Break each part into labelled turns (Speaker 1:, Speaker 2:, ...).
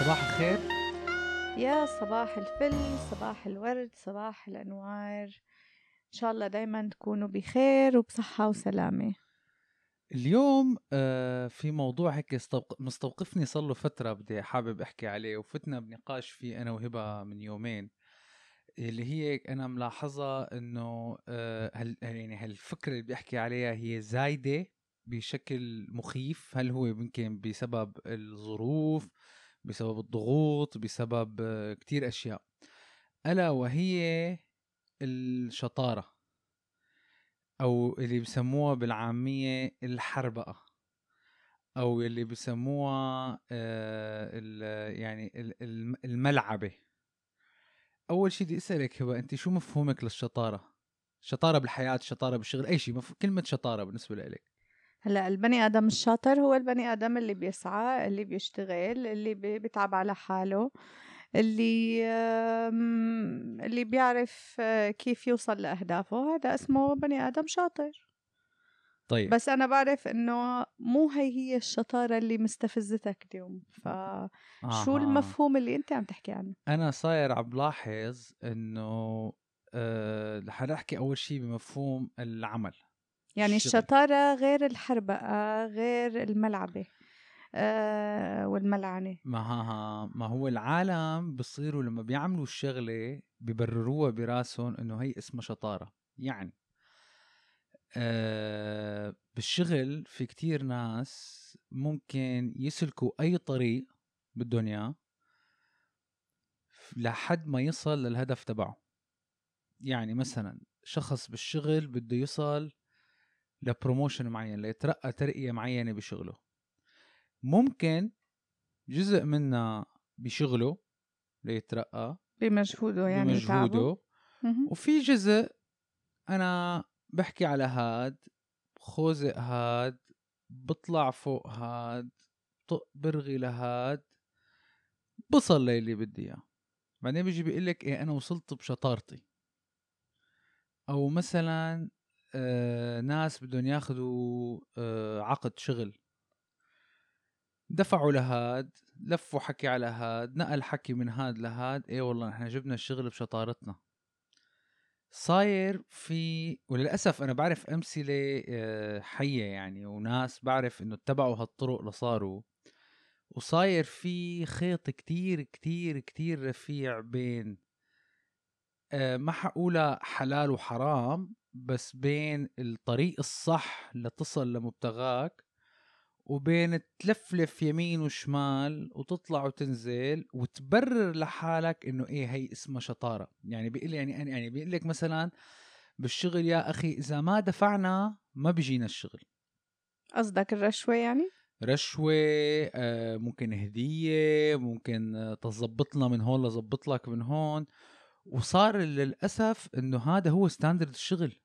Speaker 1: صباح الخير.
Speaker 2: يا صباح الفل، صباح الورد، صباح الأنوار. إن شاء الله دايما تكونوا بخير وبصحة وسلامة.
Speaker 1: اليوم في موضوع هيك مستوقفني صار له فترة بدي حابب أحكي عليه، وفتنا بنقاش فيه أنا وهبة من يومين، اللي هي أنا ملاحظة إنه يعني هالفكرة اللي بيحكي عليها هي زايدة بشكل مخيف. هل هو يمكن بسبب الظروف، بسبب الضغوط، بسبب كتير أشياء، ألا وهي الشطارة، أو اللي بسموها بالعامية الحربقة، او اللي بسموها يعني الملعبة. اول شيء بدي اسالك هو انت شو مفهومك للشطارة؟ شطارة بالحياة، شطارة بالشغل، اي شيء، كلمة شطارة بالنسبة لك.
Speaker 2: هلا البني آدم الشاطر هو البني آدم اللي بيسعى، اللي بيشتغل، اللي بيتعب على حاله، اللي بيعرف كيف يوصل لأهدافه. هذا اسمه بني آدم شاطر.
Speaker 1: طيب.
Speaker 2: بس أنا بعرف إنه مو هي الشطارة اللي مستفزتك اليوم. فشو
Speaker 1: اها،
Speaker 2: المفهوم اللي أنت عم تحكي عنه؟
Speaker 1: انا صاير عم بلاحظ انه رح احكي اول شيء بمفهوم العمل،
Speaker 2: يعني
Speaker 1: الشغل.
Speaker 2: الشطارة غير الحربقة غير الملعبة والملعنة.
Speaker 1: ما هو العالم بصيروا لما بيعملوا الشغلة بيبرروها براسهم انه هي اسمها شطارة. يعني بالشغل في كتير ناس ممكن يسلكوا أي طريق بدهم إياه لحد ما يصل للهدف تبعه. يعني مثلا شخص بالشغل بده يصل لبروموشن معين، ليترقى ترقية معينة بشغله. ممكن جزء منها بشغله ليترقى
Speaker 2: بمجهوده يعني تعبه.
Speaker 1: بمجهوده،
Speaker 2: مهم.
Speaker 1: وفي جزء أنا بحكي على هاد، خوزق هاد، بطلع فوق هاد، طق برغي لهاد، بصل للي بدي اياه. بعدين بيجي بيقول لك ايه، انا وصلت بشطارتي. او مثلا ناس بدهم ياخذوا عقد شغل، دفعوا لهاد، لفوا حكي على هاد، نقل حكي من هاد لهاد، ايه والله نحن جبنا الشغل بشطارتنا. صاير في، وللأسف أنا بعرف أمثلة حية يعني، وناس بعرف إنه اتبعوا هالطرق لصاروا. وصاير في خيط كتير كتير كتير رفيع بين ما حقولها حلال وحرام، بس بين الطريق الصح لتصل لمبتغاك، وبين تلفلف يمين وشمال وتطلع وتنزل وتبرر لحالك انه ايه هي اسمها شطارة. يعني بيقول، يعني بيقول لك مثلا بالشغل يا اخي اذا ما دفعنا ما بيجينا الشغل.
Speaker 2: قصدك الرشوة يعني؟
Speaker 1: رشوة، ممكن هدية، ممكن تظبطنا من هون لظبط لك من هون. وصار للأسف انه هذا هو ستاندرد الشغل.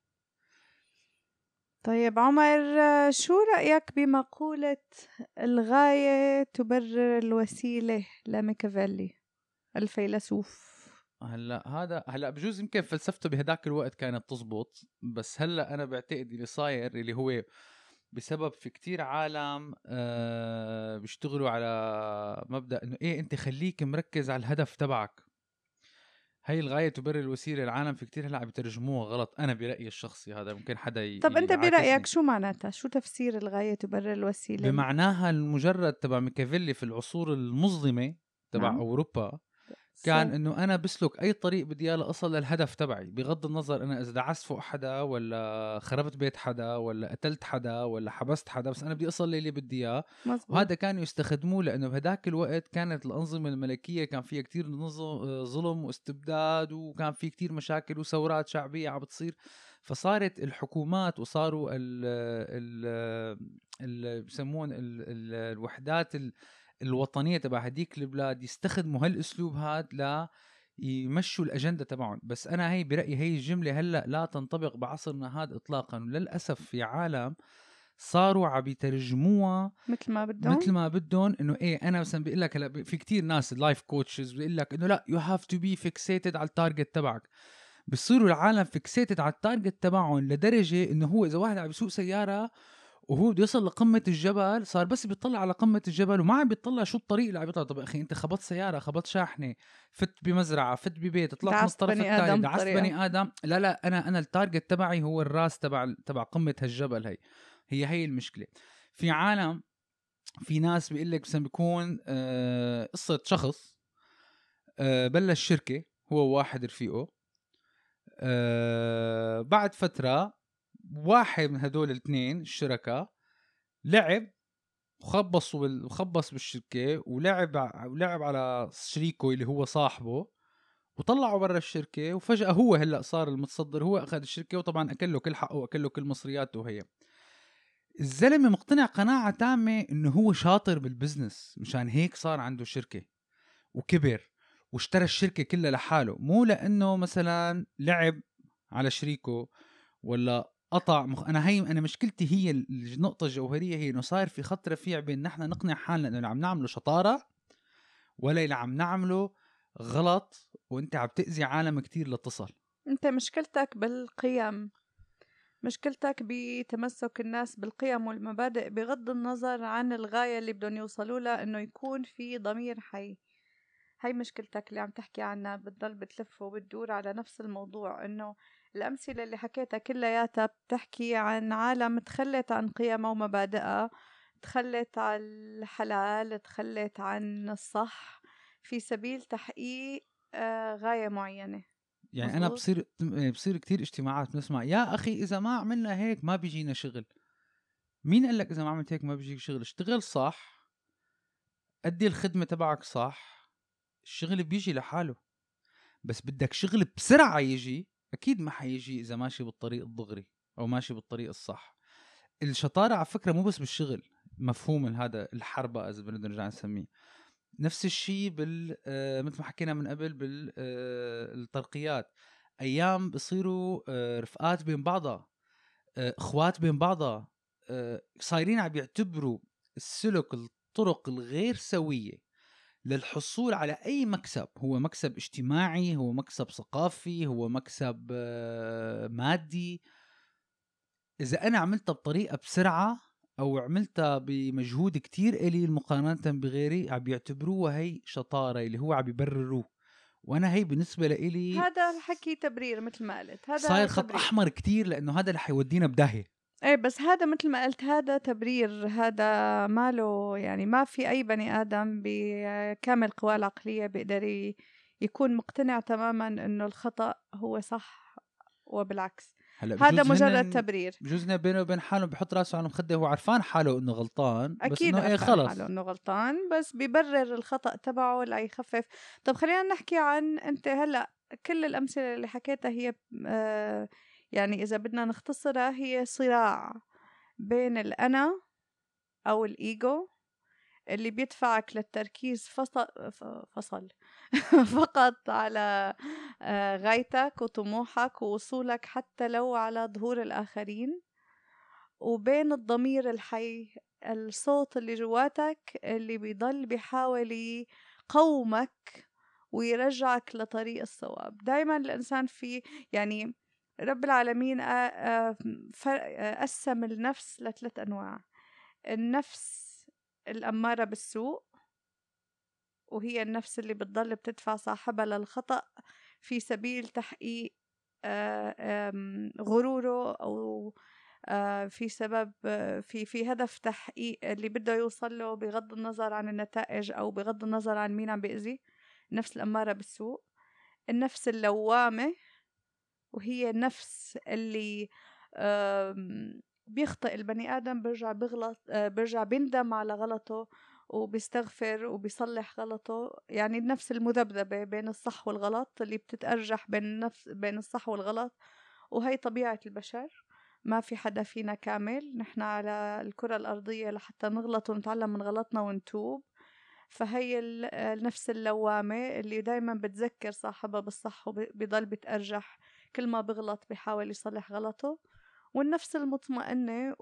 Speaker 2: طيب عمر، شو رأيك بمقولة الغاية تبرر الوسيلة لميكافيلي الفيلسوف؟
Speaker 1: هلا بجوز يمكن فلسفته بهداك الوقت كانت تزبط، بس هلا انا بعتقد اللي صاير اللي هو بسبب في كتير عالم بيشتغلوا على مبدأ انه ايه انت خليك مركز على الهدف تبعك. هاي الغاية تبرر الوسيلة. العالم في كتير هلا عم بترجموها غلط، انا برأيي الشخصي هذا، ممكن حدا
Speaker 2: طب أنت برأيك
Speaker 1: يعاكسني.
Speaker 2: شو معناتها؟ شو تفسير الغاية تبرر الوسيلة؟
Speaker 1: بمعناها المجرد تبع ميكافيلي في العصور المظلمة تبع
Speaker 2: نعم.
Speaker 1: اوروبا، كان انه انا بسلك اي طريق بدي اياه لاصل للهدف تبعي، بغض النظر انا اذا دعست فوق حدا ولا خربت بيت حدا ولا قتلت حدا ولا حبست حدا، بس انا بدي اصل للي بدي اياه.
Speaker 2: مزبوط.
Speaker 1: وهذا كانوا يستخدموه لانه بهداك الوقت كانت الانظمه الملكيه كان فيها كتير ظلم واستبداد، وكان في كتير مشاكل وثورات شعبيه عم بتصير. فصارت الحكومات وصاروا ال بسمون الوحدات الوطنيه تبع هديك البلاد يستخدموا هالاسلوب هاد لا يمشوا الاجنده تبعهم. بس انا هي برايي هي الجمله هلا لا تنطبق بعصرنا هاد اطلاقا. وللاسف في عالم صاروا عم يترجموها
Speaker 2: مثل ما
Speaker 1: مثل
Speaker 2: بدهم.
Speaker 1: ما بدهم. انه ايه انا مثلا بقول لك هلا في كتير ناس لايف كوتشز بيقول لك انه لا يو هاف تو بي فيكسيتد على التارجت تبعك. بصيروا العالم فيكسيتد على التارجت تبعهم لدرجه انه هو اذا واحد عم يسوق سياره وهو بده يوصل لقمة الجبل، صار بس بيطلع على قمة الجبل وما عم بيطلع شو الطريق اللي عم بيطلع. طب أخي أنت خبطت سيارة، خبطت شاحنة، فت بمزرعة، فت ببيت، طلعت من
Speaker 2: دعست
Speaker 1: الطرف
Speaker 2: بني
Speaker 1: الثاني،
Speaker 2: آدم
Speaker 1: دعست
Speaker 2: بطريقة.
Speaker 1: بني آدم. لا أنا التارجت تبعي هو الراس تبع قمة هالجبل. هي المشكلة. في عالم، في ناس بيقول لك مثلا بيكون قصة شخص بلش شركة هو واحد رفيقه، بعد فترة واحد من هدول الاثنين الشركاء لعب وخبص بالشركة، ولعب على شريكه اللي هو صاحبه، وطلعوا برا الشركة، وفجأة هو هلأ صار المتصدر، هو أخذ الشركة، وطبعا أكله كل حقه وأكله كل مصرياته. وهي الزلمة مقتنع قناعة تامة إنه هو شاطر بالبزنس، مشان هيك صار عنده شركة وكبر واشترى الشركة كلها لحاله، مو لأنه مثلا لعب على شريكه ولا قطع أنا مشكلتي هي النقطة الجوهرية، هي إنه صار في خط رفيع بين نحن نقنع حالنا إنه اللي عم نعمله شطارة ولا اللي عم نعمله غلط، وأنت عم تأذي عالم كتير لتصل.
Speaker 2: انت مشكلتك بالقيم، مشكلتك بتمسك الناس بالقيم والمبادئ بغض النظر عن الغاية اللي بدهم يوصلوا لها، انه يكون في ضمير حي. هاي مشكلتك اللي عم تحكي عنها، بتضل بتلف وبتدور على نفس الموضوع. انه الأمثلة اللي حكيتها كلياتها بتحكي عن عالم تخلت عن قيمها ومبادئها، تخلت عن الحلال، تخلت عن الصح في سبيل تحقيق غاية معينة.
Speaker 1: يعني أنا
Speaker 2: مزبوط.
Speaker 1: بصير كتير اجتماعات بنسمع يا أخي إذا ما عملنا هيك ما بيجينا شغل. مين قال لك إذا ما عملت هيك ما بيجيك شغل؟ اشتغل صح، أدي الخدمة تبعك صح، الشغل بيجي لحاله. بس بدك شغل بسرعة يجي، أكيد ما حيجي إذا ماشي بالطريق الضغري أو ماشي بالطريق الصح. الشطارة على فكرة مو بس بالشغل، مفهوم هذا الحربة إذا بدنا نرجع نسميه. نفس الشيء مثل ما حكينا من قبل بالترقيات. أيام بصيروا رفقات بين بعضها، اخوات بين بعضها، صايرين عم يعتبروا السلك الطرق الغير سوية للحصول على أي مكسب، هو مكسب اجتماعي، هو مكسب ثقافي، هو مكسب مادي. إذا أنا عملتها بطريقة بسرعة أو عملتها بمجهود كتير قليل مقارنة بغيري، عم بيعتبروها هي شطارة، اللي هو عم بيبرروه. وأنا هي بالنسبة لإلي
Speaker 2: هذا الحكي تبرير، مثل ما قلت هذا
Speaker 1: صاير خط
Speaker 2: تبرير.
Speaker 1: أحمر كتير، لأنه هذا اللي حيودينا بداهية.
Speaker 2: ايه بس هذا مثل ما قلت هذا تبرير، هذا ماله يعني ما في اي بني ادم بكامل قواه العقلية بيقدر يكون مقتنع تماما انه الخطأ هو صح وبالعكس.
Speaker 1: هلا
Speaker 2: هذا
Speaker 1: بجوز
Speaker 2: مجرد
Speaker 1: هن
Speaker 2: تبرير.
Speaker 1: بجوز هن بينه وبين حاله بحط راسه على المخدة، هو عرفان حاله انه غلطان، بس
Speaker 2: اكيد
Speaker 1: انه ايه
Speaker 2: عرفان حاله
Speaker 1: خلص.
Speaker 2: انه غلطان بس بيبرر الخطأ تبعه ليخفف. طب خلينا نحكي عن انت هلا كل الامثلة اللي حكيتها هي يعني اذا بدنا نختصرها هي صراع بين الأنا أو الإيجو اللي بيدفعك للتركيز فصل فقط على غايتك وطموحك ووصولك حتى لو على ظهور الآخرين، وبين الضمير الحي، الصوت اللي جواتك اللي بيضل بيحاول يقومك ويرجعك لطريق الصواب. دايما الإنسان في يعني رب العالمين قسم النفس لثلاث أنواع. النفس الأمارة بالسوء، وهي النفس اللي بتضل بتدفع صاحبها للخطأ في سبيل تحقيق غروره، أو في سبب في هدف تحقيق اللي بده يوصل له بغض النظر عن النتائج أو بغض النظر عن مين عم بيأذي. النفس الأمارة بالسوء. النفس اللوامة، وهي النفس اللي بيخطئ البني آدم برجع بغلط، برجع بيندم على غلطه وبيستغفر وبيصلح غلطه. يعني النفس المذبذبة بين الصح والغلط اللي بتتأرجح بين الصح والغلط. وهي طبيعة البشر، ما في حدا فينا كامل، نحن على الكرة الأرضية لحتى نغلط ونتعلم من غلطنا ونتوب. فهي النفس اللوامة اللي دايما بتذكر صاحبها بالصح وبيضل بتأرجح كل ما بغلط بيحاول يصلح غلطه. والنفس المطمئنة،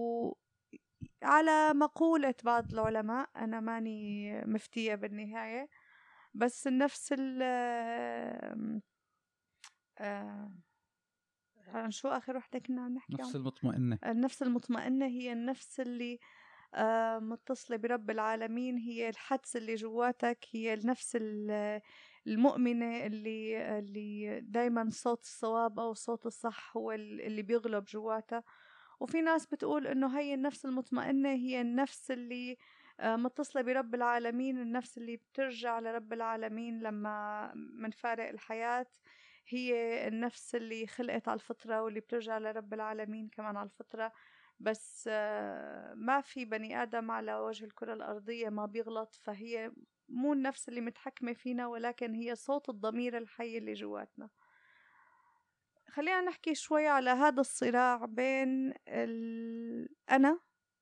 Speaker 2: وعلى مقولة بعض العلماء أنا ماني مفتية بالنهاية، بس النفس عن شو آخر وحدة كنا عم نحكي
Speaker 1: نفس المطمئنة.
Speaker 2: النفس المطمئنة هي النفس اللي متصلة برب العالمين، هي الحدس اللي جواتك، هي النفس المؤمنة اللي دايما صوت الصواب أو صوت الصح هو اللي بيغلب جواتها. وفي ناس بتقول إنه هي النفس المطمئنة هي النفس اللي متصلة برب العالمين، النفس اللي بترجع لرب العالمين لما منفارق الحياة، هي النفس اللي خلقت على الفطرة واللي بترجع لرب العالمين كمان على الفطرة. بس ما في بني آدم على وجه الكرة الأرضية ما بيغلط، فهي مو النفس اللي متحكمة فينا، ولكن هي صوت الضمير الحي اللي جواتنا. خلينا نحكي شوي على هذا الصراع بين الأنا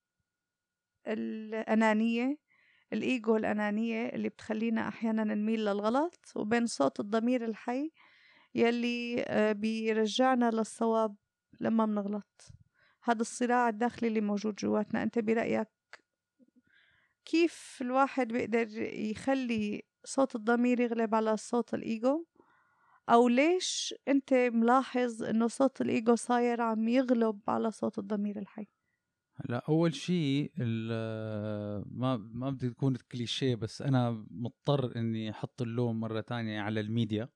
Speaker 2: الأنانية، الإيجو الأنانية اللي بتخلينا أحيانا نميل للغلط، وبين صوت الضمير الحي يلي بيرجعنا للصواب لما منغلط. هذا الصراع الداخلي اللي موجود جواتنا، أنت برأيك كيف الواحد بيقدر يخلي صوت الضمير يغلب على صوت الإيجو؟ أو ليش أنت ملاحظ إنه صوت الإيجو صاير عم يغلب على صوت الضمير الحي؟
Speaker 1: لا، أول شيء ما بدي تكون كليشيه، بس أنا مضطر إني أحط اللوم مرة تانية على الميديا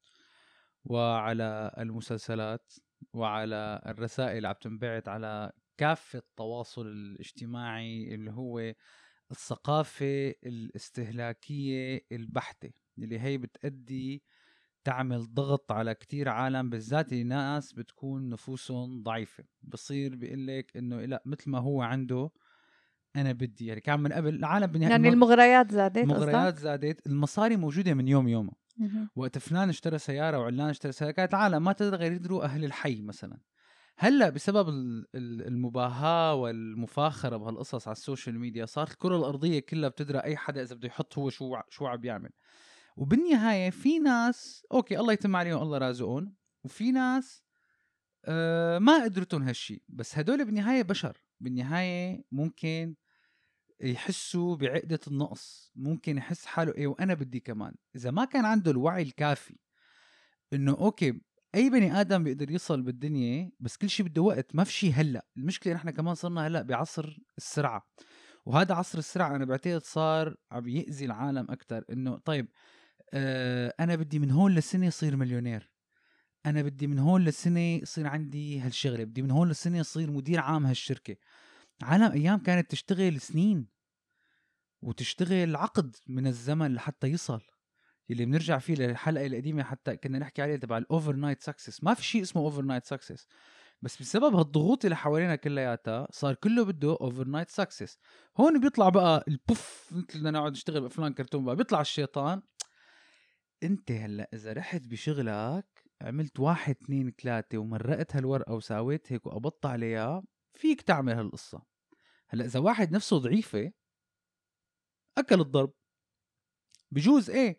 Speaker 1: وعلى المسلسلات وعلى الرسائل اللي عم تنبعت على كافة التواصل الاجتماعي، اللي هو الثقافة الاستهلاكية البحتة، اللي هي بتأدي تعمل ضغط على كتير عالم، بالذات ناس بتكون نفوسهم ضعيفة. بصير بيقلك إنه لا، مثل ما هو عنده أنا بدي، يعني كان من قبل العالم
Speaker 2: يعني المغريات زادت،
Speaker 1: المغريات زادت، المصاري موجودة من يوم وقت فلان اشترى سيارة وعلان اشترى سيارة، كانت العالم ما تقدر غير يدروا أهل الحي مثلا. هلا بسبب المباهاة والمفاخرة بهالقصص على السوشيال ميديا، صارت الكرة الأرضية كلها بتدرى أي حدا إذا بده يحط هو شو عم بيعمل. وبالنهاية في ناس أوكي الله يتم عليهم الله رازقون، وفي ناس ما قدرتهم هالشي، بس هدول بالنهاية بشر، بالنهاية ممكن يحسوا بعقدة النقص، ممكن يحس حاله ايه وانا بدي كمان. اذا ما كان عنده الوعي الكافي انه اوكي اي بني ادم بيقدر يصل بالدنيا، بس كل شيء بده وقت، ما في شيء هلا. المشكله نحن كمان صرنا هلا بعصر السرعه، وهذا عصر السرعه انا بعتقد صار عم يأذي العالم اكثر. انه طيب انا بدي من هون للسنه يصير مليونير، انا بدي من هون للسنه يصير عندي هالشغله، بدي من هون للسنه يصير مدير عام هالشركه. عالم ايام كانت تشتغل سنين وتشتغل عقد من الزمن لحتى يصل، اللي بنرجع فيه للحلقه القديمه حتى كنا نحكي عليها تبع الاوفر نايت سكسس. ما في شيء اسمه اوفر نايت سكسس، بس بسبب هالضغوط اللي حوالينا كلياتها صار كله بده اوفر نايت سكسس. هون بيطلع بقى البوف، مثل بدنا نقعد نشتغل بافلام كرتون، بقى بيطلع الشيطان. انت هلا اذا رحت بشغلك عملت 1 2 3 ومرقت هالورقه وساويت هيك وقبضت عليها، فيك تعمل هالقصه. هلا اذا واحد نفسه ضعيفه اكل الضرب بجوز ايه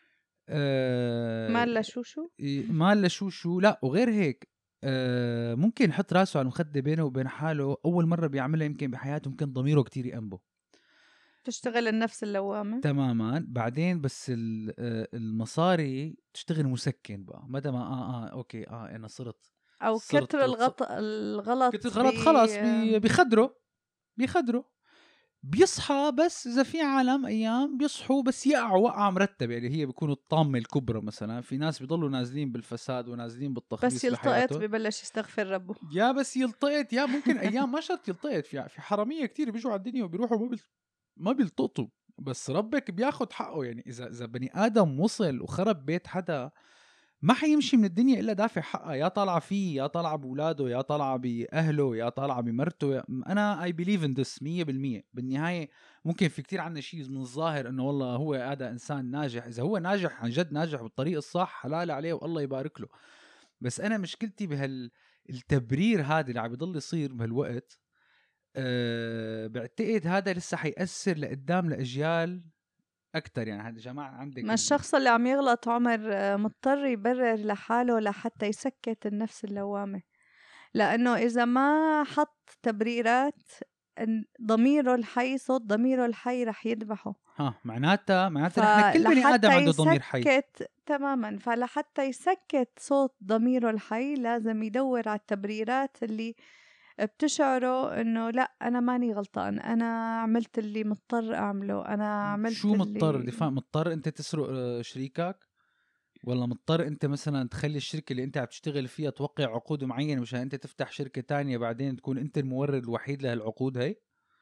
Speaker 2: مال لشوشو
Speaker 1: مال لشوشو، لا وغير هيك ممكن يحط راسه على المخدة بينه وبين حاله أول مرة بيعملها يمكن بحياته، ممكن ضميره كتير يأنبه
Speaker 2: تشتغل النفس اللوامة
Speaker 1: تماما. بعدين بس المصاري تشتغل مسكن بقى، مدى ما اوكي انا صرت
Speaker 2: أو كتر الغلط
Speaker 1: كتر غلط خلاص بيخدروا بيصحى. بس اذا في عالم ايام بيصحوا بس يقعوا وقعه مرتبه، يعني هي بيكونوا الطامه الكبرى. مثلا في ناس بيضلوا نازلين بالفساد ونازلين بالتخليص
Speaker 2: بس يلتقط
Speaker 1: بحياته،
Speaker 2: ببلش يستغفر ربه،
Speaker 1: يا بس يلتقط، يا ممكن ايام ما شرط يلتقط. في حراميه كتير بيجوا على الدنيا وبيروحوا ما بيلتقطوا، بس ربك بياخد حقه. يعني اذا بني ادم وصل وخرب بيت حدا ما حيمشي من الدنيا الا دافع حقها، يا طالعه فيه، يا طالعه باولاده، يا طالعه باهله، يا طالعه بمرته. انا اي بليف ان ذس 100%. بالنهايه ممكن في كتير عنا شيء من الظاهر انه والله هو هذا انسان ناجح، اذا هو ناجح عن جد ناجح بالطريق الصح حلال عليه والله يبارك له. بس انا مشكلتي التبرير هذا اللي عم يضل يصير بهالوقت. بعتقد هذا لسه حيأثر لقدام لأجيال أكتر. يعني هذا جماعة عندك
Speaker 2: ما الشخص اللي عم يغلط عمر مضطر يبرر لحاله لحتى يسكت النفس اللوامة، لأنه إذا ما حط تبريرات ضميره الحي، صوت ضميره الحي رح يذبحه.
Speaker 1: معناتها نحن كل بني آدم عنده ضمير حي
Speaker 2: تماما. فلحتى يسكت صوت ضميره الحي لازم يدور على التبريرات اللي بتشعره انه لا انا ماني غلطان، انا عملت اللي مضطر اعمله، انا عملت
Speaker 1: شو مضطر
Speaker 2: اللي
Speaker 1: دفاع؟ مضطر انت تسرق شريكك، ولا مضطر انت مثلا تخلي الشركة اللي انت عم تشتغل فيها توقع عقود معينة مشان انت تفتح شركة تانية بعدين تكون انت المورد الوحيد لهالعقود هي؟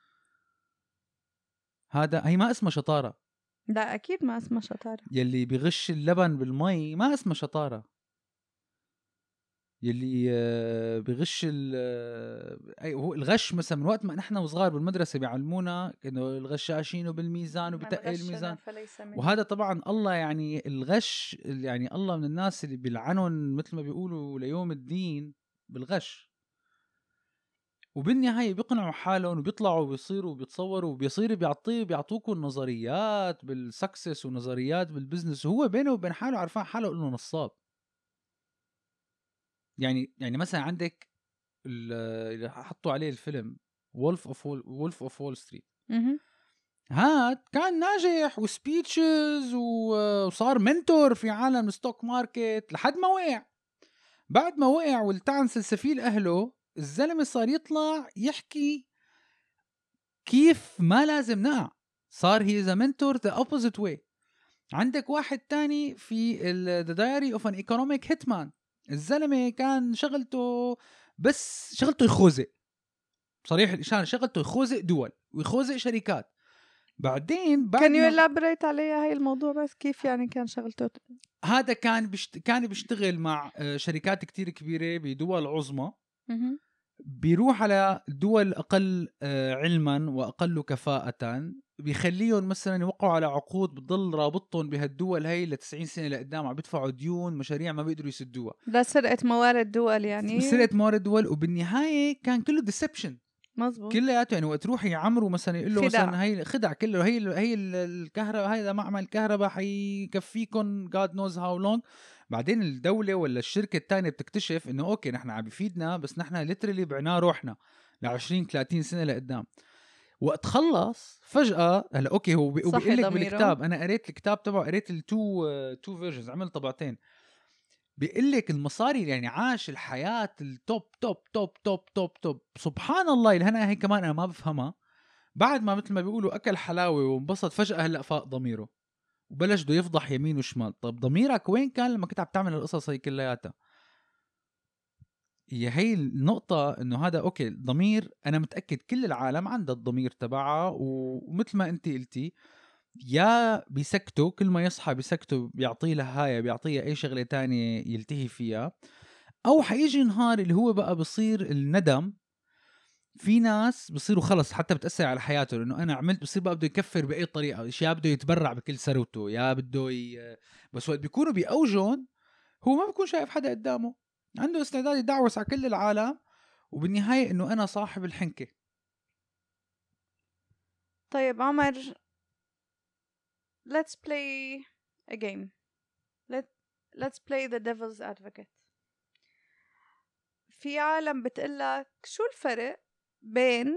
Speaker 1: هي ما اسمها شطارة.
Speaker 2: لا اكيد ما اسمها شطارة.
Speaker 1: يلي بيغش اللبن بالمي ما اسمها شطارة. يلي بغش هو الغش مثلا من وقت ما نحن وصغار بالمدرسة بيعلمونا انه الغشاشين بالميزان وبتقل الميزان. وهذا طبعا الله يعني الغش يعني الله من الناس اللي بيلعنون مثل ما بيقولوا ليوم الدين بالغش. وبالنهاية بيقنعوا حالهم وبيطلعوا وبيصيروا وبيتصوروا وبيصيروا بيعطوكوا النظريات بالسكسس ونظريات بالبزنس، وهو بينه وبين حاله عرفان حاله انه نصاب. يعني مثلا عندك اللي حطوا عليه الفيلم وولف اوف وول ستريت، هاد كان ناجح وسبيتشز وصار منتور في عالم الستوك ماركت لحد ما وقع. بعد ما وقع والتعن سلسفيل أهله، الزلمة صار يطلع يحكي كيف ما لازم نقع. صار he is a mentor the opposite way. عندك واحد تاني في The Diary of an Economic Hitman، الزلمة كان شغلته يخوزق، صريح الإشارة، شغلته يخوزق دول ويخوزق شركات. بعدين بعد
Speaker 2: كان يلابريت عليها هاي الموضوع بس كيف يعني كان شغلته؟
Speaker 1: هذا كان بيشتغل مع شركات كتير كبيرة بدول عظمى، بيروح على دول أقل علما وأقل كفاءة، بيخليهم مثلا يوقعوا على عقود بتضل رابطهم بهالدول هاي ل90 سنة لقدام، عم بيدفعوا ديون مشاريع ما بيقدروا يسدوها،
Speaker 2: لا سرقة موارد دول يعني،
Speaker 1: سرقة موارد دول. وبالنهاية كان كله ديسبشن،
Speaker 2: مظبوط
Speaker 1: كلياته. يعني وقت تروح يعمروا مثلا يقول له مثلا هي خدع كله، هي الكهرباء، هذا معمل كهرباء حيكفيكم God knows how long. بعدين الدولة ولا الشركة الثانية بتكتشف انه اوكي نحن عم بيفيدنا بس نحن ليترلي بعناه روحنا ل20-30 سنة لقدام. وقت خلص فجأة هلا اوكي هو بيقول لك بالكتاب، انا قريت الكتاب تبعه، قريت التو فيرجنز، عمل طبعتين، بيقول لك المصاري يعني عاش الحياة التوب توب توب توب توب توب. سبحان الله الهنا هي كمان أنا ما بفهمها. بعد ما مثل ما بيقولوا أكل حلاوة وانبسط، فجأة هلأ فاق ضميره وبلش بده يفضح يمين وشمال. طب ضميرك وين كان لما كنت عم تعمل القصص هي كلياتها؟ هي النقطة إنه هذا أوكي الضمير، أنا متأكد كل العالم عندها الضمير تبعها، ومثل ما أنت قلتي يا بيسكتوا كل ما يصحى بيسكتوا، بيعطيه لهاية، بيعطيه أي شغلة تانية يلتهي فيها، او حيجي نهار اللي هو بقى بصير الندم. في ناس بصيروا خلص حتى بتأثر على حياته لانه انا عملت، بصير بقى بده يكفر باي طريقه، يا بده يتبرع بكل ثروته، يا بده بس وقت بيكونوا باوجهم هو ما بيكون شايف حدا قدامه، عنده استعداد يدعوس على كل العالم، وبالنهايه انه انا صاحب الحنكه.
Speaker 2: طيب عمر، let's play a game. let's play the devil's advocate. في عالم بتقلك شو الفرق بين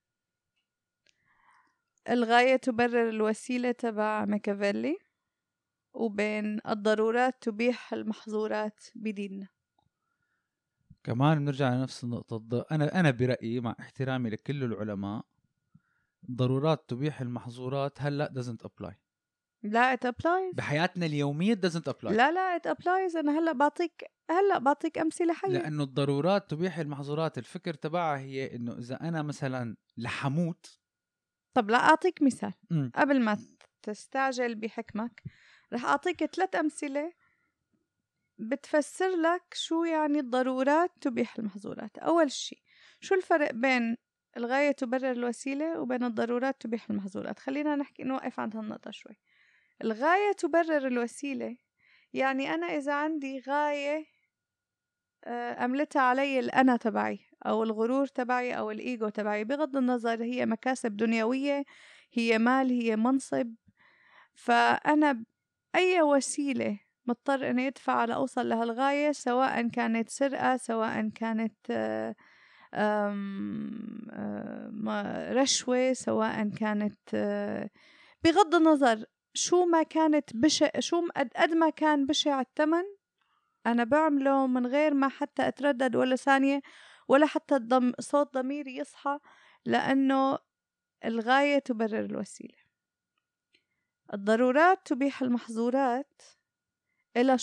Speaker 2: الغاية تبرر الوسيلة تبع ماكافيلي وبين الضرورات تبيح المحظورات بديننا؟
Speaker 1: كمان بنرجع لنفس النقطة. أنا برأيي مع احترامي لكل العلماء، ضرورات تبيح المحظورات هلأ doesn't apply.
Speaker 2: لا it applies
Speaker 1: بحياتنا اليومية doesn't apply.
Speaker 2: لا it applies. أنا هلأ بعطيك أمثلة حية.
Speaker 1: لأنه الضرورات تبيح المحظورات، الفكر تبعها هي إنه إذا أنا مثلا لحموت.
Speaker 2: طب لا أعطيك مثال قبل ما تستعجل بحكمك. رح أعطيك 3 أمثلة بتفسر لك شو يعني الضرورات تبيح المحظورات. أول شيء، شو الفرق بين الغاية تبرر الوسيلة وبين الضرورات تبيح المحظورات؟ خلينا نوقف عند هالنقطة شوي. الغاية تبرر الوسيلة يعني أنا إذا عندي غاية أملتها علي الأنا تبعي أو الغرور تبعي أو الإيجو تبعي، بغض النظر هي مكاسب دنيوية، هي مال، هي منصب، فأنا أي وسيلة مضطر أن يدفع لأوصل لهالغاية، سواء كانت سرقة، سواء كانت رشوة، سواء كانت بغض النظر شو ما كانت بشع، شو قد ما كان بشع الثمن، أنا بعمله من غير ما حتى أتردد ولا ثانية، ولا حتى صوت ضميري يصحى، لأنه الغاية تبرر الوسيلة. الضرورات تبيح المحظورات إلى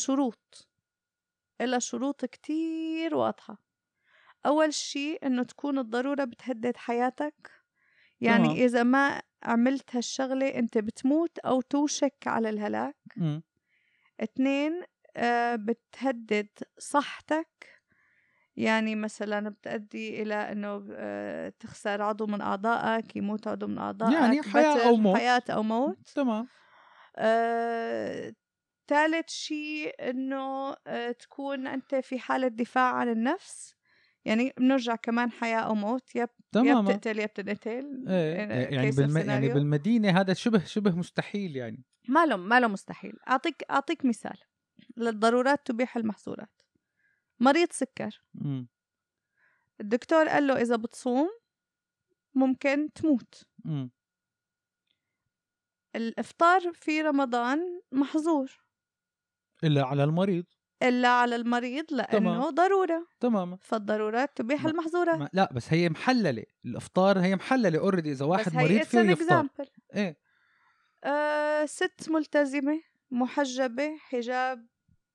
Speaker 2: شروط كتير واضحة. أول شي إنه تكون الضرورة بتهدد حياتك، يعني
Speaker 1: تمام.
Speaker 2: إذا ما عملت هالشغلة أنت بتموت أو توشك على الهلاك. 2 بتهدد صحتك، يعني مثلا بتؤدي إلى أنه تخسر عضو من أعضائك، يموت عضو من أعضائك،
Speaker 1: يعني حياة أو موت.
Speaker 2: حياة أو موت.
Speaker 1: تمام.
Speaker 2: ثالث شيء إنه تكون أنت في حالة دفاع عن النفس، يعني بنرجع كمان حياة أو موت، يا بتقتل يا بتنقتل.
Speaker 1: يعني يعني بالمدينة هذا شبه مستحيل، يعني
Speaker 2: ما له مستحيل. أعطيك مثال للضرورات تبيح المحظورات. مريض سكر، الدكتور قال له إذا بتصوم ممكن تموت. الإفطار في رمضان محظور
Speaker 1: إلا على المريض
Speaker 2: لأنه
Speaker 1: تمام.
Speaker 2: ضرورة.
Speaker 1: تماما.
Speaker 2: فالضرورات تبيح المحظورات.
Speaker 1: لا بس هي محللة، الإفطار هي محللة أوريدي، إذا واحد مريض فيه يفطر. إيه.
Speaker 2: ست ملتزمة محجبة حجاب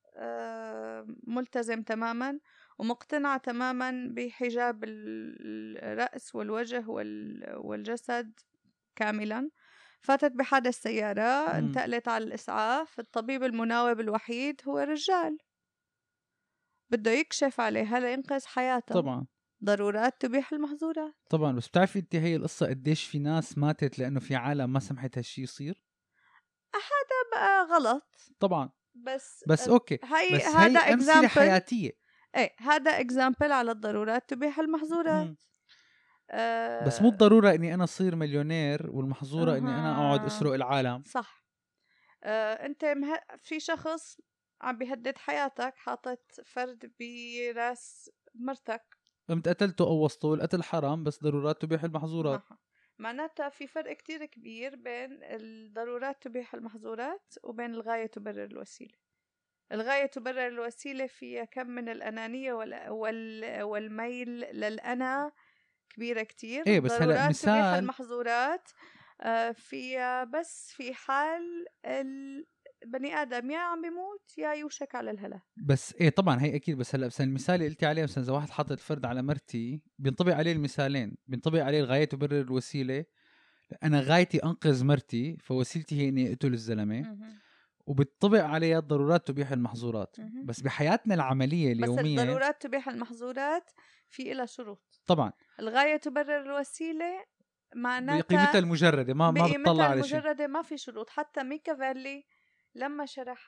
Speaker 2: ملتزم تماما ومقتنعة تماما بحجاب الرأس والوجه والجسد كاملا، فاتت بحادث سيارة، انتقلت على الإسعاف، الطبيب المناوب الوحيد هو رجال بده يكشف عليها لينقذ حياته.
Speaker 1: طبعا
Speaker 2: ضرورات تبيح المحظورات.
Speaker 1: طبعا. بس بتعرفي انت هي القصة قديش في ناس ماتت لأنه في عالم ما سمحت هالشي يصير؟
Speaker 2: هذا بقى غلط
Speaker 1: طبعا.
Speaker 2: بس
Speaker 1: اوكي،
Speaker 2: هي
Speaker 1: بس
Speaker 2: هذا
Speaker 1: هي أمثلة حياتية.
Speaker 2: ايه هذا اكزامبل على الضرورات تبيح المحظورات.
Speaker 1: بس مو الضرورة اني انا اصير مليونير، والمحظورة اني انا اقعد اسرق العالم.
Speaker 2: صح. انت في شخص عم بيهدد حياتك، حاطط فرد براس مرتك،
Speaker 1: قمت قتلته او وسطه، القتل حرام بس ضرورات تبيح المحظورات.
Speaker 2: معناتها في فرق كتير كبير بين الضرورات تبيح المحظورات وبين الغاية تبرر الوسيلة. الغاية تبرر الوسيلة فيها كم من الأنانية والميل للأنا كبيرة كتير.
Speaker 1: ايه بس هلا مثال
Speaker 2: تبيح المحظورات فيها بس في حال البني آدم يا عم بيموت يا يوشك على الهلاك.
Speaker 1: بس ايه طبعا هي اكيد. بس هلا مثلا المثال اللي قلتي عليه، مثلا اذا واحد حاطط الفرد على مرتي بينطبق عليه المثالين، بينطبق عليه الغاية تبرر الوسيلة، انا غايتي انقذ مرتي فوسيلتي هي اني اقتل الزلمه، وبتطبق عليها الضرورات تبيح المحظورات. بس بحياتنا العمليه اليوميه،
Speaker 2: بس الضرورات تبيح المحظورات في لها شروط.
Speaker 1: طبعا
Speaker 2: الغاية تبرر الوسيلة معناتها
Speaker 1: بقيمتها المجرده، ما بتطلع على شيء.
Speaker 2: المجرده ما في شروط. حتى ميكافيلي لما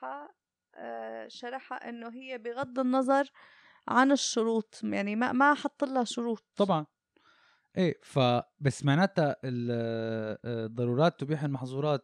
Speaker 2: شرحها انه هي بغض النظر عن الشروط، يعني ما حط لها شروط.
Speaker 1: طبعا ايه. فبس معناتها الضرورات تبيح المحظورات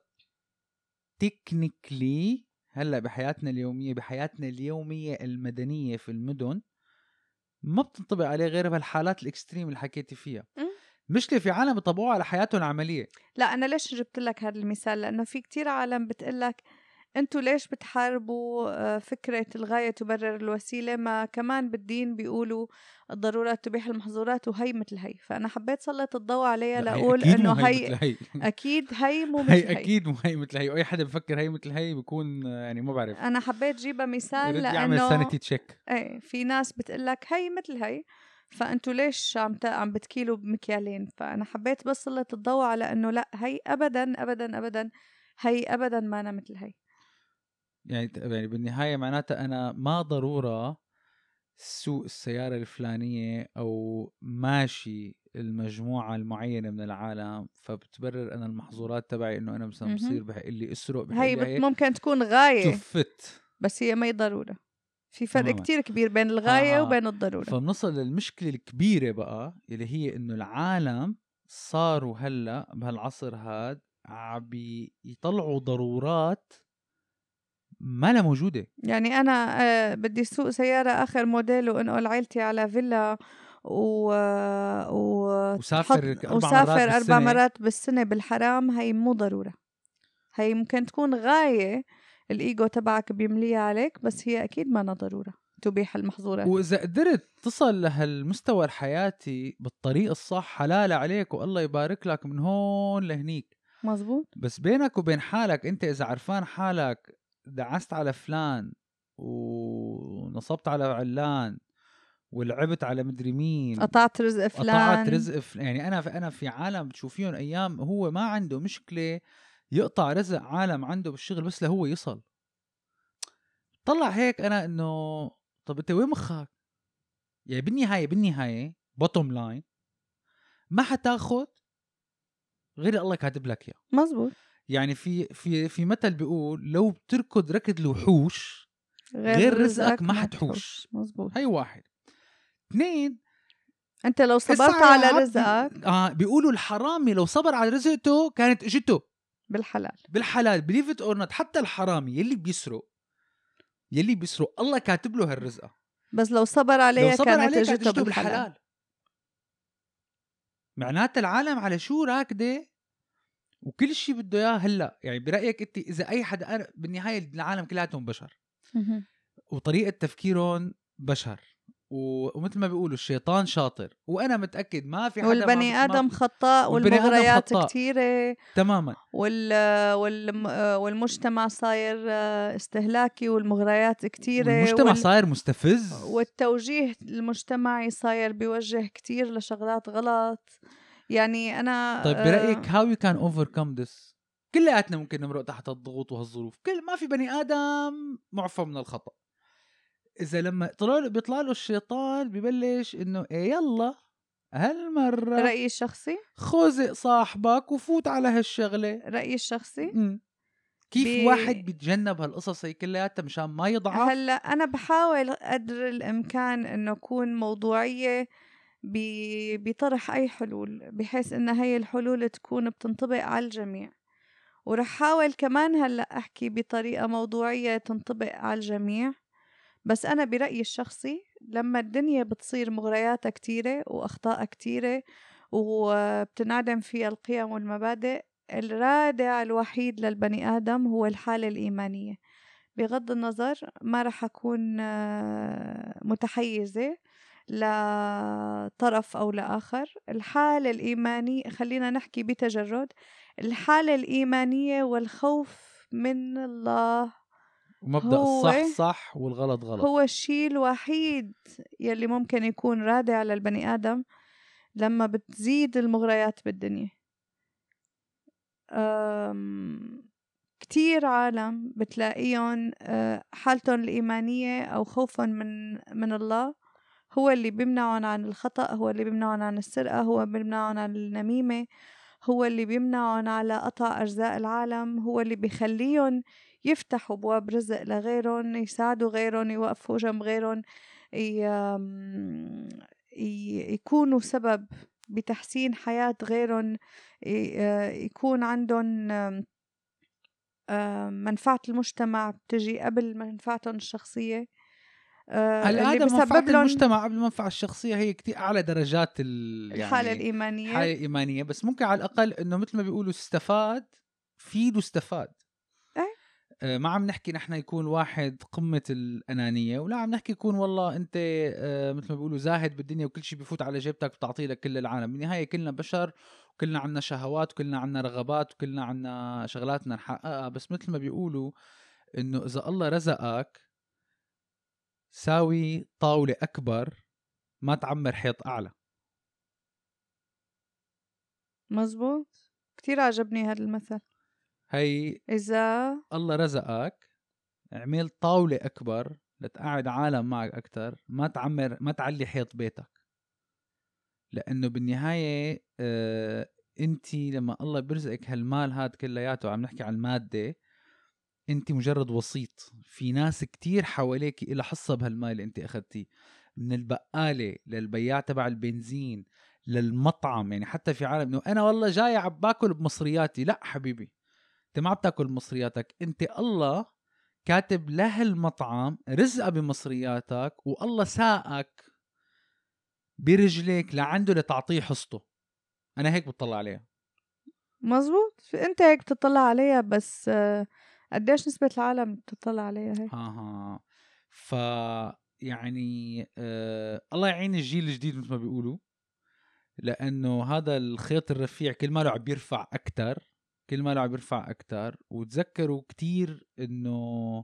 Speaker 1: تكنيكلي هلا بحياتنا اليوميه المدنيه في المدن ما بتنطبق عليه غير بهالحالات الاكستريم اللي حكيتي فيها. مش في عالم بيطبقوها على حياتهم العمليه.
Speaker 2: لا انا ليش جبت لك هذا المثال؟ لانه في كتير عالم بتقلك انتوا ليش بتحاربوا فكرة الغاية تبرر الوسيلة، ما كمان بالدين بيقولوا الضرورات تبيح المحظورات، وهي مثل هي. فأنا حبيت سلط الضوء عليها لأقول إنه هي أكيد هي مو مثل هي.
Speaker 1: أكيد مو هي مثل هي، وأي حدا بفكر هي مثل هي بيكون يعني ما بعرف.
Speaker 2: أنا حبيت جيبها مثال لأنه
Speaker 1: يعمل سانيتي تشيك.
Speaker 2: إيه في ناس بتقلك هي مثل هي، فأنتوا ليش عم بتكيلوا بمكيالين؟ فأنا حبيت بس سلط الضوء على إنه لا، هي أبدا أبدا أبدا هي أبدا ما أنا مثل هي.
Speaker 1: يعني بالنهاية معناتها أنا ما ضرورة سوق السيارة الفلانية أو ماشي المجموعة المعينة من العالم فبتبرر أنا المحظورات تبعي إنه أنا مثلا بصير بحق اللي أسرق،
Speaker 2: هي ممكن تكون غاية
Speaker 1: تفت،
Speaker 2: بس هي ما ضرورة. في فرق كتير كبير بين الغاية وبين الضرورة.
Speaker 1: فبنصل للمشكلة الكبيرة بقى اللي هي إنه العالم صاروا هلأ بهالعصر هاد عم يطلعوا ضرورات ما لا موجودة.
Speaker 2: يعني أنا بدي سوق سيارة آخر موديل وأنقل عيلتي على فيلا
Speaker 1: وسافر
Speaker 2: 4 مرات بالسنة بالحرام، هي مو ضرورة. هي ممكن تكون غاية الإيجو تبعك بيمليها عليك، بس هي أكيد ما ضرورة تبيح المحظورات.
Speaker 1: وإذا قدرت تصل لهالمستوى الحياتي بالطريق الصح حلال عليك والله يبارك لك من هون لهنيك.
Speaker 2: مزبوط.
Speaker 1: بس بينك وبين حالك انت اذا عرفان حالك دعست على فلان ونصبت على علان ولعبت على مدري مين،
Speaker 2: قطعت رزق فلان،
Speaker 1: يعني انا في عالم بتشوفيهم ايام هو ما عنده مشكلة يقطع رزق عالم عنده بالشغل بس لهو يصل. طلع هيك انا انه طب انت وين مخك؟ يعني بالنهاية bottom line ما حتاخد غير الله كاتب لك اياه.
Speaker 2: مزبوط.
Speaker 1: يعني في مثل بيقول لو بتركض ركض الوحوش غير رزقك ما حتحوش.
Speaker 2: مزبوط.
Speaker 1: هاي 1. 2
Speaker 2: انت لو صبرت على رزقك
Speaker 1: بيقولوا الحرامي لو صبر على رزقته كانت اجته بالحلال believe it or not. حتى الحرامي يلي بيسرق الله كاتب له هالرزقه،
Speaker 2: بس لو صبر عليها كانت اجته بالحلال.
Speaker 1: معناته العالم على شو راكده وكل شيء بده اياه هلا. يعني برايك انت اذا اي حدا بالنهايه العالم كلاتهم بشر وطريقه تفكيرهم بشر ومثل ما بيقولوا الشيطان شاطر، وانا متاكد ما في حدا
Speaker 2: والبني ادم خطاء والمغريات كتيره
Speaker 1: تماما
Speaker 2: والمجتمع صاير استهلاكي والمغريات كتيره
Speaker 1: والمجتمع صاير مستفز
Speaker 2: والتوجيه المجتمعي صاير بيوجه كتير لشغلات غلط. يعني انا
Speaker 1: طيب برايك how you can overcome this؟ كلياتنا ممكن نمرق تحت الضغوط وهالظروف، ما في بني ادم معفى من الخطا. إذا لما بيطلع له الشيطان ببلش إنه إيه يلا هالمرة
Speaker 2: رأيي الشخصي
Speaker 1: خذ صاحبك وفوت على هالشغلة.
Speaker 2: رأيي الشخصي
Speaker 1: كيف واحد بيتجنب هالقصص هي كلياتها مشان ما يضعف؟
Speaker 2: هلا أنا بحاول قدر الإمكان إنه أكون موضوعية بطرح أي حلول بحيث إن هاي الحلول تكون بتنطبق على الجميع، ورح حاول كمان هلا أحكي بطريقة موضوعية تنطبق على الجميع. بس أنا برأيي الشخصي لما الدنيا بتصير مغرياتها كتيرة وأخطاء كتيرة وبتنعدم فيها القيم والمبادئ، الرادع الوحيد للبني آدم هو الحالة الإيمانية. بغض النظر ما رح أكون متحيزة لطرف أو لآخر، الحالة الإيمانية خلينا نحكي بتجرد، الحالة الإيمانية والخوف من الله
Speaker 1: ومبدأ الصح صح والغلط غلط
Speaker 2: هو الشيء الوحيد يلي ممكن يكون رادع للبني آدم لما بتزيد المغريات بالدنيا. كتير عالم بتلاقيهم حالتهم الإيمانية أو خوفهم من الله هو اللي بيمنعهم عن الخطأ، هو اللي بيمنعهم عن السرقة، هو اللي بيمنعهم عن النميمة، هو اللي بيمنعهم على قطع أرزاق العالم، هو اللي بيخليهم يفتحوا بواب رزق لغيرهم، يساعدوا غيرهم، يوقفوا جنب غيرهم، يكونوا سبب بتحسين حياة غيرهم، يكون عندهم منفعة المجتمع بتجي قبل منفعتهم الشخصية.
Speaker 1: اللي منفعة المجتمع قبل المنفعة الشخصية هي كتير أعلى درجات
Speaker 2: الحالة الإيمانية.
Speaker 1: الحالة الإيمانية، بس ممكن على الأقل إنه مثل ما بيقولوا استفاد فيدو استفاد. ما عم نحكي نحن يكون واحد قمة الأنانية، ولا عم نحكي يكون والله أنت مثل ما بيقولوا زاهد بالدنيا وكل شيء بيفوت على جيبتك بتعطي لك كل العالم. بالنهاية كلنا بشر وكلنا عنا شهوات وكلنا عنا رغبات وكلنا عنا شغلاتنا نحققها، بس مثل ما بيقولوا إنه إذا الله رزقك ساوي طاولة أكبر ما تعمر حيط أعلى.
Speaker 2: مزبوط. كتير عجبني هذا المثل.
Speaker 1: هي
Speaker 2: إذا
Speaker 1: الله رزقك اعمل طاولة أكبر لتقعد عالم معك أكتر، ما تعلي حيط بيتك. لأنه بالنهاية أنتي لما الله برزقك هالمال هاد كلياته، عم نحكي عن المادة، أنتي مجرد وسيط. في ناس كتير حواليك إلى حصة بهالمال اللي أنتي أخذتيه، من البقالة للبياع تبع البنزين للمطعم. يعني حتى في عالم إنه أنا والله جاي عم باكل بمصرياتي. لا حبيبي، أنت ما بتاكل بمصرياتك، أنت الله كاتب له المطعم رزقه بمصرياتك، والله ساقك برجلك لعنده لتعطيه حصته. انا هيك بتطلع عليها.
Speaker 2: مزبوط، انت هيك بتطلع عليها، بس قديش نسبة العالم بتطلع عليها هيك؟
Speaker 1: ف يعني الله يعين الجيل الجديد مثل ما بيقولوا، لانه هذا الخيط الرفيع كل ما له عم بيرفع اكثر، كل ما له عم بيرفع اكثر. وتذكروا كتير انه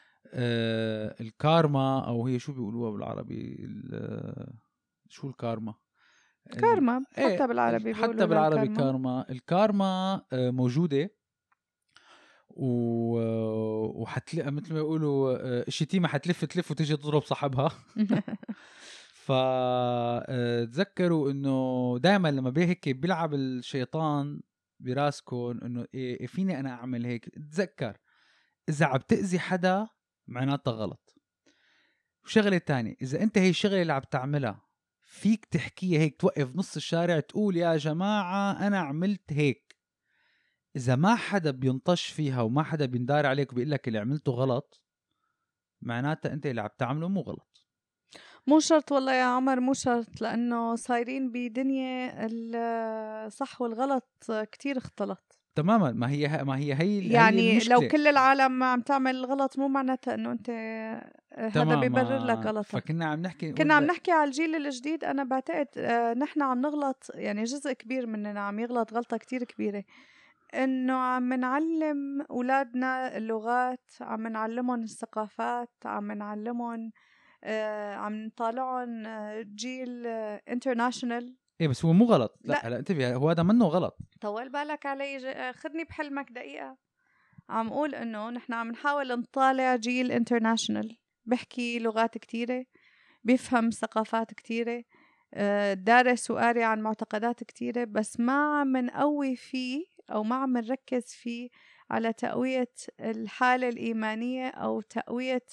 Speaker 1: الكارما، او هي شو بيقولوها بالعربي، شو الكارما؟
Speaker 2: كارما، حتى بالعربي
Speaker 1: حتى
Speaker 2: بيقولوا
Speaker 1: بالعربي
Speaker 2: للكارما.
Speaker 1: الكارما موجودة، وحتلاقي مثل ما يقولوا الشتيمة حتلف تلف وتيجي تضرب صاحبها. فتذكروا انه دائما لما هيك بيلعب الشيطان براسكم انه إيه فيني انا اعمل هيك، تذكر اذا عم تأذي حدا معناتها غلط. وشغلة تانية، اذا انت هي الشغلة اللي عم تعملها فيك تحكيها هيك، توقف نص الشارع تقول يا جماعة انا عملت هيك، اذا ما حدا بينطش فيها وما حدا بيندار عليك وبيقول لك اللي عملته غلط، معناتها انت اللي عم تعمله مو غلط.
Speaker 2: مو شرط والله يا عمر، مو شرط، لأنه صايرين بدنيا الصح والغلط كتير اختلط
Speaker 1: تماما. ما هي هي
Speaker 2: يعني
Speaker 1: المشكلة.
Speaker 2: لو كل العالم عم تعمل غلط مو معناتها انه انت هذا بيبرر لك
Speaker 1: تماما.
Speaker 2: غلطك.
Speaker 1: فكنا عم نحكي
Speaker 2: كنا عم نحكي على الجيل الجديد. انا بعتقد نحن عم نغلط، يعني جزء كبير مننا عم يغلط غلطة كتير كبيرة، انه عم نعلم اولادنا اللغات، عم نعلمهم الثقافات، عم نعلمهم عم نطالعهم جيل انترناشونال.
Speaker 1: ايه بس هو مو غلط. لا
Speaker 2: لا
Speaker 1: هلا انتبه، هو هذا منه غلط.
Speaker 2: طول بالك علي، خذني بحلمك دقيقة. عم قول انه نحن عم نحاول نطالع جيل انترناشونال بيحكي لغات كتيرة، بيفهم ثقافات كتيرة، دارس وقاري عن معتقدات كتيرة، بس ما عم نقوي فيه أو ما عم نركز فيه على تقوية الحالة الإيمانية أو تقوية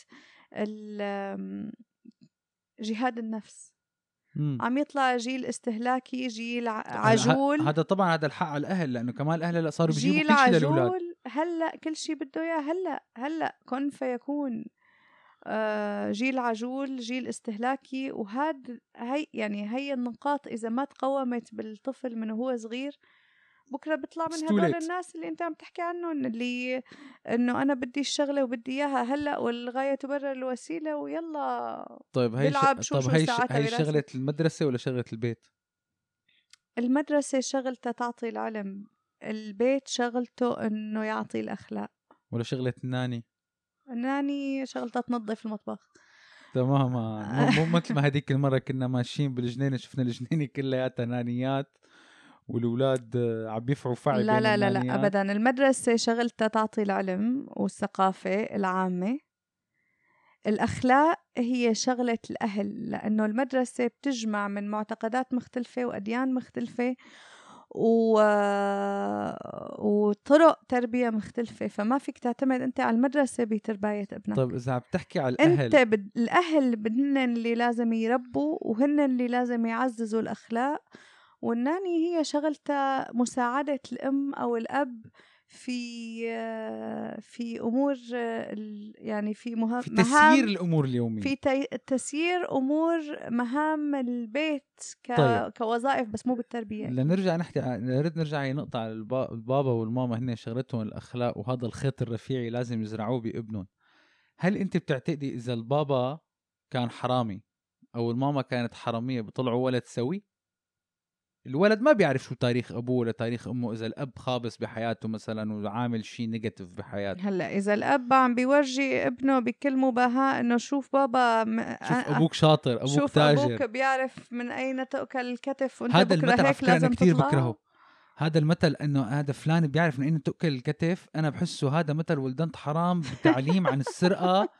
Speaker 2: جهاد النفس. عم يطلع جيل استهلاكي، جيل عجول.
Speaker 1: هذا طبعا هذا الحق على الاهل، لانه كمان الاهل هلا صاروا بيجيبوا
Speaker 2: جيل
Speaker 1: كل شيء للاولاد.
Speaker 2: عجول، هلأ كل شي بده إياه هلأ كن فيكون. جيل عجول، جيل استهلاكي. وهاد هي النقاط إذا ما تقومت بالطفل من هو صغير، بكرة بيطلع من هدول الناس اللي انت عم تحكي عنهم، اللي انه انا بدي الشغلة وبدي اياها هلأ والغاية تبرر الوسيلة ويلا.
Speaker 1: طيب
Speaker 2: بيلعب شو ساعتها
Speaker 1: هي
Speaker 2: براسه.
Speaker 1: شغلة المدرسة ولا شغلة البيت؟
Speaker 2: المدرسة شغلتها تعطي العلم، البيت شغلته انه يعطي الاخلاق.
Speaker 1: ولا شغلة الناني؟
Speaker 2: الناني شغلتها تنظف المطبخ.
Speaker 1: تماما. مو مثل ما هديك المرة كنا ماشيين بالجنينة، شفنا الجنينة كلياتها نانيات والأولاد عم بيفعوا فعي
Speaker 2: لا
Speaker 1: بين
Speaker 2: لا لا لا
Speaker 1: النانيات.
Speaker 2: ابدا، المدرسة شغلتها تعطي العلم والثقافة العامة. الأخلاق هي شغلة الأهل، لأنه المدرسة بتجمع من معتقدات مختلفة وأديان مختلفة وطرق تربية مختلفة، فما فيك تعتمد أنت على المدرسة بترباية ابنك.
Speaker 1: طيب إذا عم تحكي على الأهل،
Speaker 2: أنت الأهل هن اللي لازم يربوا وهن اللي لازم يعززوا الأخلاق، والناني هي شغلتها مساعدة الأم أو الأب في أمور، يعني في
Speaker 1: في تسيير الأمور اليومية،
Speaker 2: في تسيير أمور مهام البيت
Speaker 1: طيب.
Speaker 2: كوظائف، بس مو بالتربية.
Speaker 1: لنرجع نحكي، نرد نرجع هي نقطة على البابا والماما، هن شغلتهم الأخلاق، وهذا الخيط الرفيعي لازم يزرعوه بابنهم. هل أنت بتعتقدي إذا البابا كان حرامي أو الماما كانت حرامية بيطلعوا ولد سوي؟ الولد ما بيعرف شو تاريخ أبوه ولا تاريخ أمه إذا الأب خابص بحياته مثلا وعامل شيء نيجاتيف بحياته.
Speaker 2: هلا إذا الأب عم بيورجي ابنه بكل مباهاة إنه شوف بابا
Speaker 1: شوف أبوك شاطر، أبوك
Speaker 2: شوف
Speaker 1: تاجر،
Speaker 2: أبوك بيعرف من أين تؤكل الكتف وأنت
Speaker 1: هذا
Speaker 2: بكرة
Speaker 1: المثل على
Speaker 2: هيك
Speaker 1: فكرة أنا
Speaker 2: لازم
Speaker 1: كتير
Speaker 2: تطلع.
Speaker 1: بكرهه. هذا المثل إنه هذا فلان بيعرف من أين تؤكل الكتف، أنا بحسه هذا مثل ولدان حرام بتعليم عن السرقة.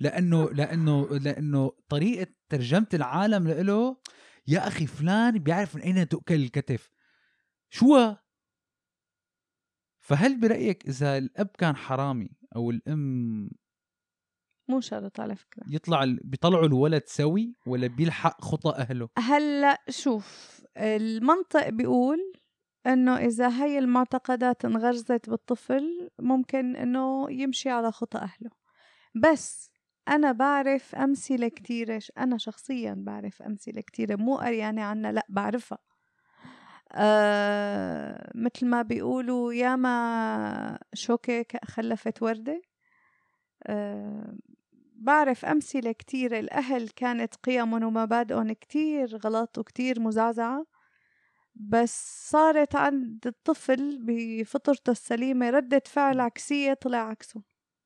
Speaker 1: لأنه طريقة ترجمة العالم له، يا أخي فلان بيعرف من أين تؤكل الكتف، شو؟ فهل برأيك إذا الأب كان حرامي أو الأم،
Speaker 2: مو شرط على فكرة
Speaker 1: بيطلعوا الولد سوي ولا بيلحق خطأ أهله؟
Speaker 2: هلا شوف، المنطق بيقول إنه إذا هاي المعتقدات انغرزت بالطفل ممكن إنه يمشي على خطأ أهله، بس أنا بعرف أمثلة كتيرة، أنا شخصيا بعرف أمثلة كتيرة، مو قريانة عنها، لأ بعرفها. مثل ما بيقولوا ياما شوكة خلفت وردة. بعرف أمثلة كتيرة الأهل كانت قيمهم ومبادئهم كتير غلط وكتير مزعزعة، بس صارت عند الطفل بفطرته السليمة ردة فعل عكسية، طلع عكسه،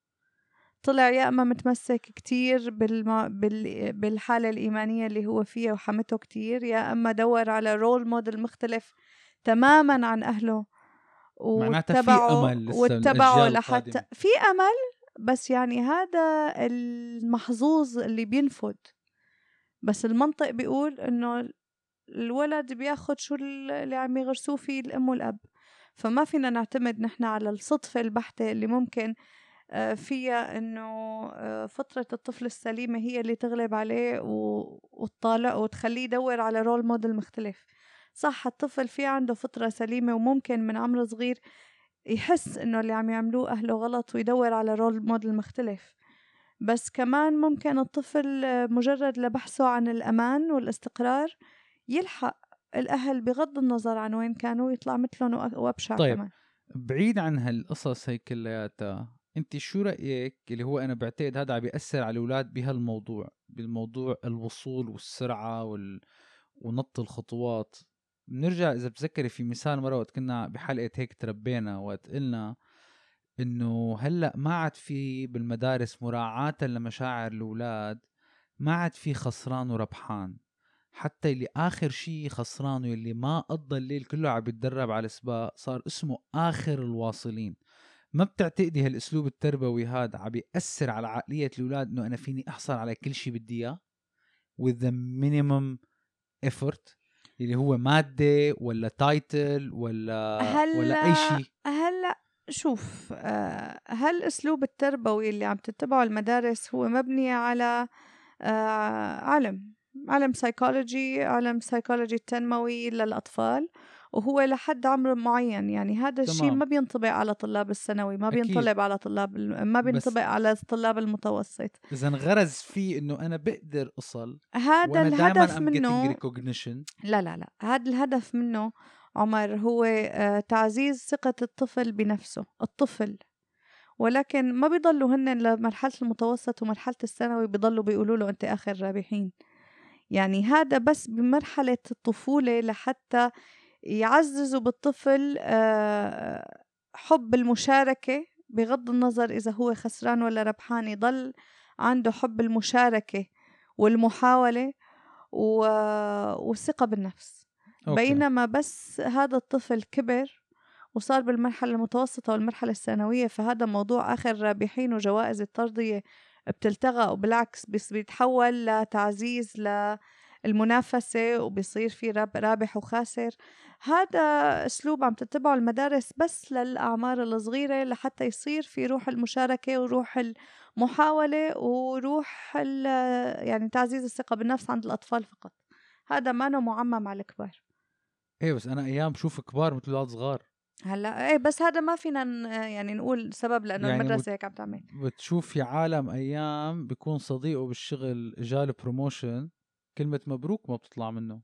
Speaker 2: طلع يا أما متمسك كتير بالحالة الإيمانية اللي هو فيها وحمته كتير، يا أما دور على رول موديل مختلف تماما عن أهله
Speaker 1: معناتها في أمل لسه الأجيال
Speaker 2: لحتى
Speaker 1: القادمة.
Speaker 2: في أمل، بس يعني هذا المحظوظ اللي بينفد. بس المنطق بيقول إنه الولد بياخد شو اللي عم يغرسوه فيه الأم والأب، فما فينا نعتمد نحن على الصدفة البحتة اللي ممكن فيها إنه فطرة الطفل السليمة هي اللي تغلب عليه وتطالع وتخليه يدور على رول موديل مختلف. صح، الطفل في عنده فطرة سليمة وممكن من عمر صغير يحس إنه اللي عم يعملوه أهله غلط ويدور على رول موديل مختلف، بس كمان ممكن الطفل مجرد لبحثه عن الأمان والاستقرار يلحق الأهل بغض النظر عن وين كانوا يطلع مثلهم وأبشع.
Speaker 1: طيب
Speaker 2: كمان
Speaker 1: بعيد عن هالقصص هي كلياتها، انت شو رأيك اللي هو انا بعتقد هذا عم بيأثر على الاولاد بهالموضوع، بالموضوع الوصول والسرعة ونط الخطوات. بنرجع اذا بتذكري في مثال مرة وقت كنا بحلقة هيك تربينا، وقت قلنا انه هلأ ما عاد في بالمدارس مراعاة لمشاعر الاولاد، ما عاد في خسران وربحان. حتى اللي آخر شيء خسران واللي ما قضى الليل كله عم يتدرب على السباق صار اسمه آخر الواصلين. ما بتعتقدي هالأسلوب التربوي هذا عم يأثر على عقلية الأولاد إنه أنا فيني أحصل على كل شيء بدي إياه with the minimum effort، اللي هو مادة ولا تايتل ولا أي شيء؟
Speaker 2: هلا شوف، هل أسلوب التربوي اللي عم تتبعه المدارس هو مبني على علم سايكولوجي، علم سايكولوجي التنموي للأطفال، وهو لحد عمر معين. يعني هذا الشيء
Speaker 1: تمام،
Speaker 2: ما بينطبق على طلاب الثانوي، ما
Speaker 1: أكيد.
Speaker 2: بينطبق على ما
Speaker 1: بس
Speaker 2: بينطبق على طلاب المتوسط.
Speaker 1: إذا انغرز فيه إنه أنا بقدر أصل
Speaker 2: هذا
Speaker 1: وأنا دائما
Speaker 2: الهدف
Speaker 1: I'm getting
Speaker 2: منه.
Speaker 1: recognition.
Speaker 2: لا، هذا الهدف منه عمر هو تعزيز ثقة الطفل بنفسه، الطفل. ولكن ما بيضلوا هن لمرحلة المتوسط ومرحلة الثانوي بيضلوا بيقولوا له أنت آخر الرابحين. يعني هذا بس بمرحلة الطفولة لحتى يعززوا بالطفل حب المشاركة، بغض النظر إذا هو خسران ولا ربحان، يضل عنده حب المشاركة والمحاولة والثقة بالنفس.
Speaker 1: أوكي.
Speaker 2: بينما بس هذا الطفل كبر وصار بالمرحلة المتوسطة والمرحلة الثانوية، فهذا موضوع آخر الرابحين وجوائز الترضية بتلتغى، وبالعكس بيتحول لتعزيز للمنافسة وبيصير في رابح وخاسر. هذا أسلوب عم تتبعه المدارس بس للأعمار الصغيرة لحتى يصير في روح المشاركة وروح المحاولة وروح يعني تعزيز الثقة بالنفس عند الأطفال فقط. هذا ما معمم على الكبار.
Speaker 1: ايه بس انا ايام بشوف كبار مثل اولاد صغار.
Speaker 2: هلا ايه، بس هذا ما فينا يعني نقول سبب لانه
Speaker 1: يعني
Speaker 2: المدرسه هيك عم تعمل.
Speaker 1: بتشوف في عالم ايام بيكون صديقه بالشغل جاله بروموشن، كلمة مبروك ما بتطلع منه،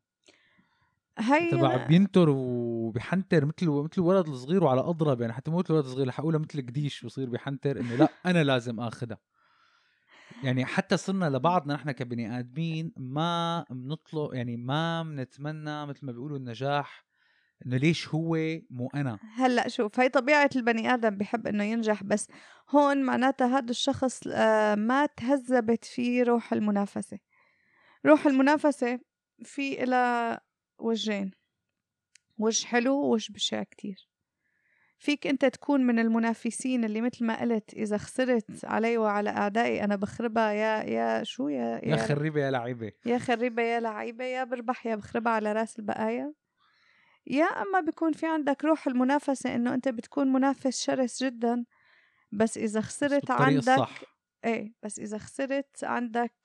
Speaker 1: تبع
Speaker 2: هي
Speaker 1: بينطر وبيحنتر مثل الولد الصغير وعلى اضرب. يعني حتى مو مثل الولد الصغير، حقولها مثل قديش بصير بيحنتر انه لا انا لازم اخذها. يعني حتى صرنا لبعضنا نحن كبني ادمين ما بنطلق، يعني ما بنتمنى مثل ما بيقولوا النجاح، انه ليش هو مو انا.
Speaker 2: هلا شوف، هي طبيعه البني ادم بحب انه ينجح، بس هون معناتها هذا الشخص ما تهذبت فيه روح المنافسه. روح المنافسه في إلى وجهين، وجه حلو ووجه بشع كتير. فيك انت تكون من المنافسين اللي مثل ما قلت اذا خسرت علي وعلى اعدائي انا بخربها، يا شو
Speaker 1: يا خريبه يا لعيبه.
Speaker 2: يا خريبة يا لعيبة، يا بربح يا بخربها على راس البقايا. يا أما بيكون في عندك روح المنافسة إنه أنت بتكون منافس شرس جدا، بس إذا
Speaker 1: بس
Speaker 2: خسرت
Speaker 1: بالطريق
Speaker 2: عندك
Speaker 1: الصح.
Speaker 2: بس إذا خسرت عندك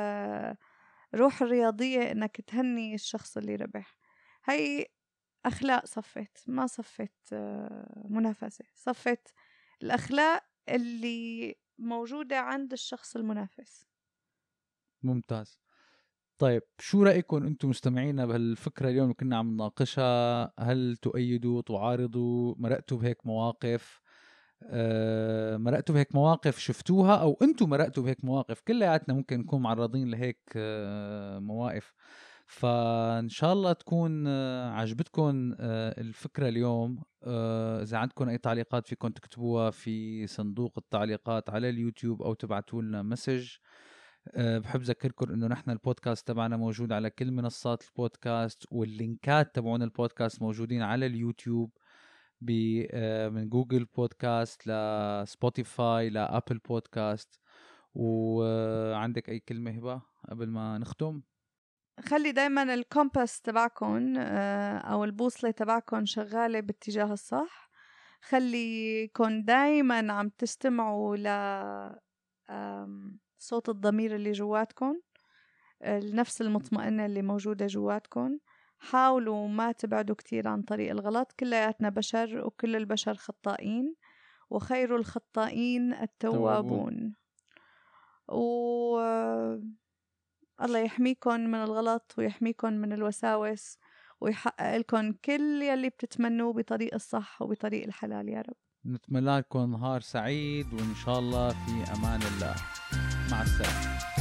Speaker 2: روح الرياضية إنك تهني الشخص اللي ربح. هي أخلاق صفت، ما صفت منافسة، صفت الأخلاق اللي موجودة عند الشخص المنافس.
Speaker 1: ممتاز. طيب شو رأيكم أنتم مستمعينا بهالفكرة اليوم اللي كنا عم نناقشها؟ هل تؤيدوا تعارضوا؟ مرقتوا بهيك مواقف؟ مرقتوا بهيك مواقف شفتوها، أو أنتم مرقتوا بهيك مواقف؟ كلياتنا ممكن نكون معرضين لهيك مواقف. فإن شاء الله تكون عجبتكم الفكرة اليوم. إذا عندكم أي تعليقات فيكم تكتبوها في صندوق التعليقات على اليوتيوب أو تبعتوا لنا مسج. بحب أذكركم إنه نحن البودكاست تبعنا موجود على كل منصات البودكاست، واللينكات تبعون البودكاست موجودين على اليوتيوب من جوجل بودكاست لسبوتيفاي لأبل بودكاست. وعندك أي كلمة هبة قبل ما نختم؟
Speaker 2: خلي دايما الكومباس تبعكم أو البوصلة تبعكم شغالة باتجاه الصح. خليكن دايما عم تستمعوا ل صوت الضمير اللي جواتكن، النفس المطمئنة اللي موجودة جواتكن. حاولوا ما تبعدوا كتير عن طريق الغلط. كلياتنا بشر وكل البشر خطائين، وخير الخطائين التوابون. الله يحميكن من الغلط ويحميكن من الوساوس، ويحقق لكم كل يلي بتتمنوه بطريق الصح وبطريق الحلال يا رب.
Speaker 1: نتمنى لكم نهار سعيد، وإن شاء الله في أمان الله. مع السلامة.